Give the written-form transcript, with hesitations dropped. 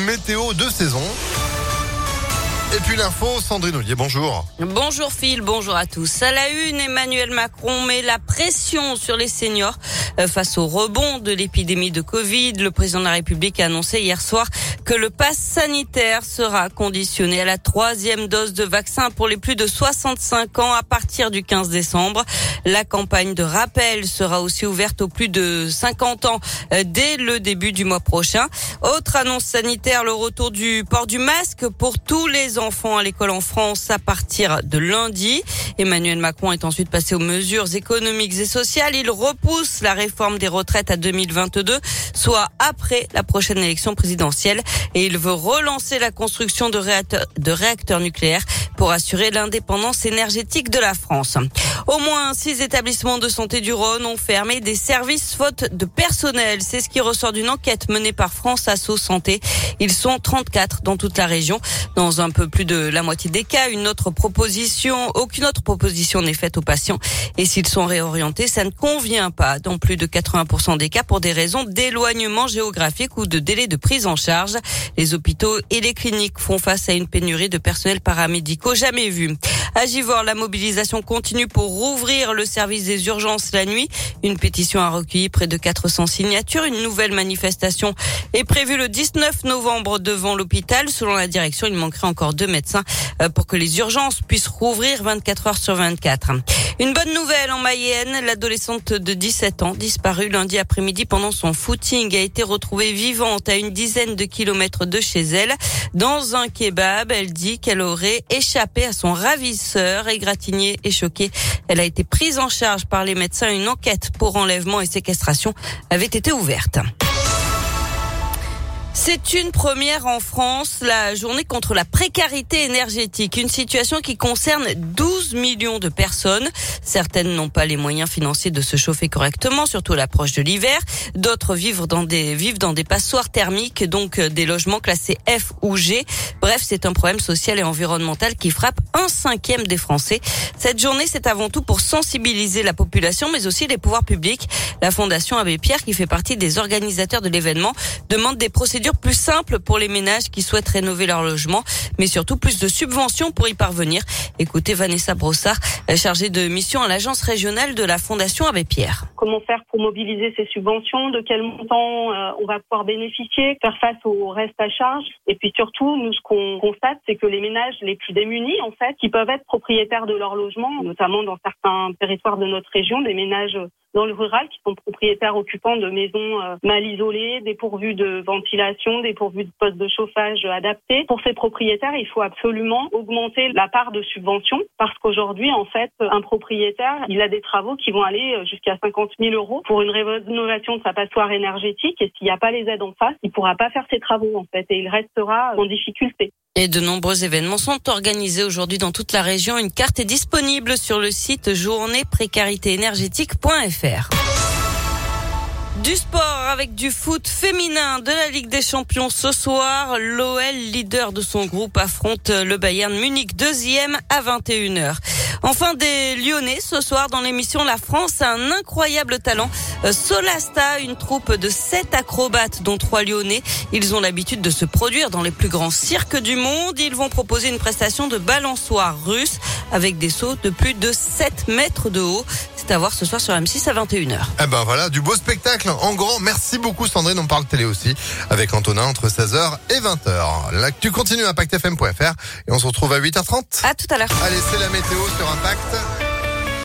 météo de saison. Et puis l'info, Sandrine Ollier, bonjour. Bonjour Phil, bonjour à tous. À la une, Emmanuel Macron met la pression sur les seniors face au rebond de l'épidémie de Covid. Le président de la République a annoncé hier soir que le pass sanitaire sera conditionné à la 3e dose de vaccin pour les plus de 65 ans à partir du 15 décembre. La campagne de rappel sera aussi ouverte aux plus de 50 ans dès le début du mois prochain. Autre annonce sanitaire, le retour du port du masque pour tous les enfants à l'école en France à partir de lundi. Emmanuel Macron est ensuite passé aux mesures économiques et sociales. Il repousse la réforme des retraites à 2022, soit après la prochaine élection présidentielle. Et il veut relancer la construction de réacteurs nucléaires pour assurer l'indépendance énergétique de la France. Au moins 6 établissements de santé du Rhône ont fermé des services faute de personnel. C'est ce qui ressort d'une enquête menée par France Asso Santé. Ils sont 34 dans toute la région. Dans un peu plus de la moitié des cas, aucune autre proposition n'est faite aux patients. Et s'ils sont réorientés, ça ne convient pas dans plus de 80% des cas pour des raisons d'éloignement géographique ou de délai de prise en charge. Les hôpitaux et les cliniques font face à une pénurie de personnel paramédicaux jamais vue. À Givors, la mobilisation continue pour rouvrir le service des urgences la nuit. Une pétition a recueilli près de 400 signatures. Une nouvelle manifestation est prévue le 19 novembre devant l'hôpital. Selon la direction, il manquerait encore 2 médecins pour que les urgences puissent rouvrir 24 heures sur 24. Une bonne nouvelle en Mayenne. L'adolescente de 17 ans, disparue lundi après-midi pendant son footing, a été retrouvée vivante à une dizaine de kilomètres de chez elle. Dans un kebab, elle dit qu'elle aurait échappé à son ravisseur. Égratignée et choquée, elle a été prise en charge par les médecins. Une enquête pour enlèvement et séquestration avait été ouverte. C'est une première en France, la journée contre la précarité énergétique. Une situation qui concerne 12 millions de personnes. Certaines n'ont pas les moyens financiers de se chauffer correctement, surtout à l'approche de l'hiver. D'autres vivent dans des passoires thermiques, donc des logements classés F ou G. Bref, c'est un problème social et environnemental qui frappe 1/5 des Français. Cette journée, c'est avant tout pour sensibiliser la population, mais aussi les pouvoirs publics. La Fondation Abbé Pierre, qui fait partie des organisateurs de l'événement, demande des procédures plus simples pour les ménages qui souhaitent rénover leur logement, mais surtout plus de subventions pour y parvenir. Écoutez Vanessa Brossard, chargée de mission à l'agence régionale de la Fondation Abbé Pierre. Comment faire pour mobiliser ces subventions, de quel montant on va pouvoir bénéficier, faire face au reste à charge. Et puis surtout, nous, ce qu'on constate, c'est que les ménages les plus démunis, en fait, qui peuvent être propriétaires de leur logement, notamment dans certains territoires de notre région, des ménages dans le rural qui sont propriétaires occupants de maisons mal isolées, dépourvues de ventilation, dépourvues de postes de chauffage adaptés. Pour ces propriétaires, il faut absolument augmenter la part de subvention parce qu'aujourd'hui, en fait, un propriétaire, il a des travaux qui vont aller jusqu'à 50 000 € pour une rénovation de sa passoire énergétique et s'il n'y a pas les aides en face, il ne pourra pas faire ses travaux, en fait, et il restera en difficulté. Et de nombreux événements sont organisés aujourd'hui dans toute la région. Une carte est disponible sur le site journée-précarité-énergétique.fr. Du sport avec du foot féminin de la Ligue des Champions ce soir. L'OL, leader de son groupe, affronte le Bayern Munich, 2e à 21h. Enfin, des Lyonnais ce soir dans l'émission La France a un incroyable talent. Solasta, une troupe de 7 acrobates dont 3 Lyonnais. Ils ont l'habitude de se produire dans les plus grands cirques du monde. Ils vont proposer une prestation de balançoire russe avec des sauts de plus de 7 mètres de haut. C'est à voir ce soir sur M6 à 21h. Eh ben voilà, du beau spectacle en grand. Merci beaucoup Sandrine, on parle télé aussi avec Antonin entre 16h et 20h. L'actu continue à ImpactFM.fr et on se retrouve à 8h30. À tout à l'heure. Allez, c'est la météo sur Impact.